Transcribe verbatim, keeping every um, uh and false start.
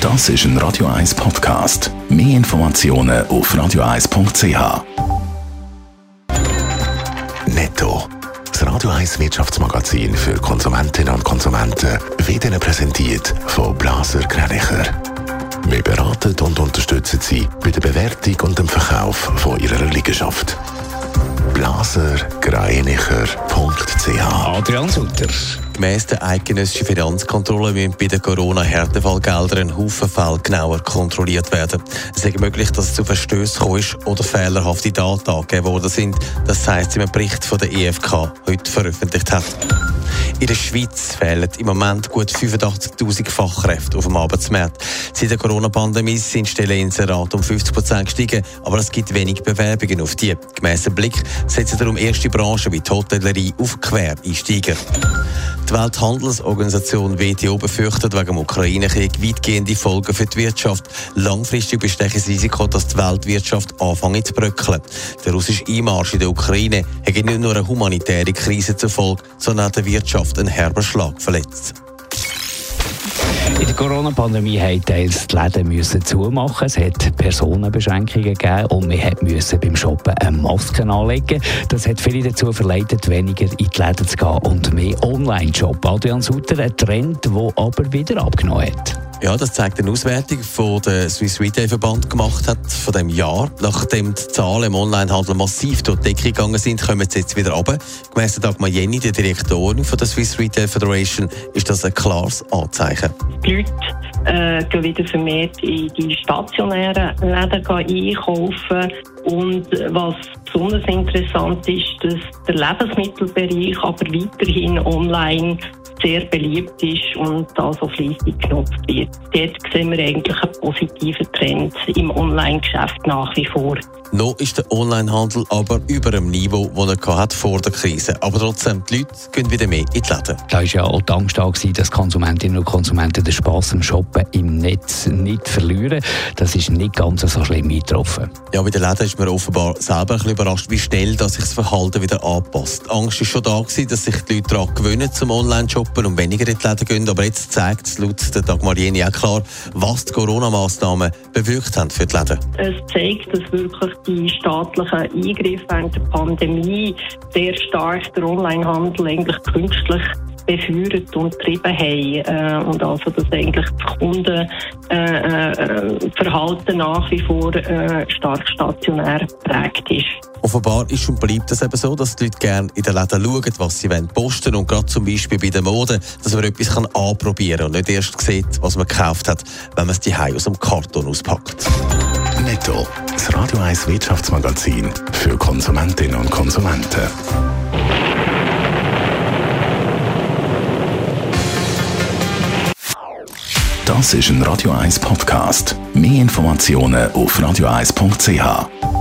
Das ist ein Radio eins Podcast. Mehr Informationen auf radio eins punkt c h. Netto, das Radio eins Wirtschaftsmagazin für Konsumentinnen und Konsumenten, wird Ihnen präsentiert von Blaser Greinicher. Wir beraten und unterstützen Sie bei der Bewertung und dem Verkauf von Ihrer Liegenschaft. blaser greinicher punkt c h. Adrian Sutter. Gemäss der eidgenössischen Finanzkontrolle müssen bei den Corona-Härtefallgeldern ein Haufen Fälle genauer kontrolliert werden. Es ist möglich, dass es zu Verstößen gekommen ist oder fehlerhafte Daten angegeben worden sind. Das heisst, in einem Bericht von der E F K heute veröffentlicht hat. In der Schweiz fehlen im Moment gut fünfundachtzigtausend Fachkräfte auf dem Arbeitsmarkt. Seit der Corona-Pandemie sind Stelleninserate um fünfzig Prozent gestiegen, aber es gibt wenig Bewerbungen auf die. Gemäss dem Blick setzen darum erste Branchen wie die Hotellerie auf Quereinsteiger. Die Welthandelsorganisation W T O befürchtet wegen dem Ukraine-Krieg weitgehende Folgen für die Wirtschaft. Langfristig besteht das Risiko, dass die Weltwirtschaft anfängt zu bröckeln. Der russische Einmarsch in der Ukraine hat nicht nur eine humanitäre Krise zur Folge, sondern auch der Wirtschaft einen herben Schlag verletzt. In der Corona-Pandemie mussten teils die Läden müssen zumachen. Es hat Personenbeschränkungen gegeben und wir mussten beim Shoppen eine Maske anlegen. Das hat viele dazu verleitet, weniger in die Läden zu gehen und mehr online zu shoppen. Adrian Sutter, ein Trend, der aber wieder abgenommen hat. Ja, das zeigt eine Auswertung, die der Swiss Retail Verband gemacht hat von diesem Jahr. Nachdem die Zahlen im Onlinehandel massiv durch die Decke gegangen sind, kommen sie jetzt wieder runter. Gemäss Dagmar Jenny, der Direktorin von der Swiss Retail Federation, ist das ein klares Anzeichen. Die Leute äh, gehen wieder vermehrt in die stationären Läden einkaufen. Und was besonders interessant ist, dass der Lebensmittelbereich aber weiterhin online sehr beliebt ist und also fleissig genutzt wird. Dort sehen wir eigentlich einen positiven Trend im Online-Geschäft nach wie vor. Noch ist der Onlinehandel aber über dem Niveau, das er hatte vor der Krise. Aber trotzdem, die Leute gehen wieder mehr in die Läden. Da war ja auch die Angst da, dass Konsumentinnen und Konsumenten den Spass am Shoppen im Netz nicht verlieren. Das ist nicht ganz so schlimm eingetroffen. Ja, bei den Läden ist man offenbar selber ein bisschen überrascht, wie schnell dass sich das Verhalten wieder anpasst. Die Angst war schon da gewesen, dass sich die Leute daran gewöhnen zum Online-Shoppen und weniger in die Läden gehen. Aber jetzt zeigt es laut der Dagmar Jenny auch klar, was die Corona-Massnahmen bewirkt haben für die Läden. Es zeigt, dass wirklich die staatlichen Eingriffe während der Pandemie sehr stark den Onlinehandel eigentlich künstlich befeuert und getrieben haben. Äh, und also, dass eigentlich das Kundenverhalten äh, äh, nach wie vor äh, stark stationär geprägt ist. Offenbar ist und bleibt es eben so, dass die Leute gerne in den Läden schauen, was sie posten wollen. Und gerade zum Beispiel bei der Mode, dass man etwas kann anprobieren kann und nicht erst sieht, was man gekauft hat, wenn man es zu Hause aus dem Karton auspackt. Netto, das Radio eins Wirtschaftsmagazin für Konsumentinnen und Konsumenten. Das ist ein Radio eins Podcast. Mehr Informationen auf radio eins punkt c h.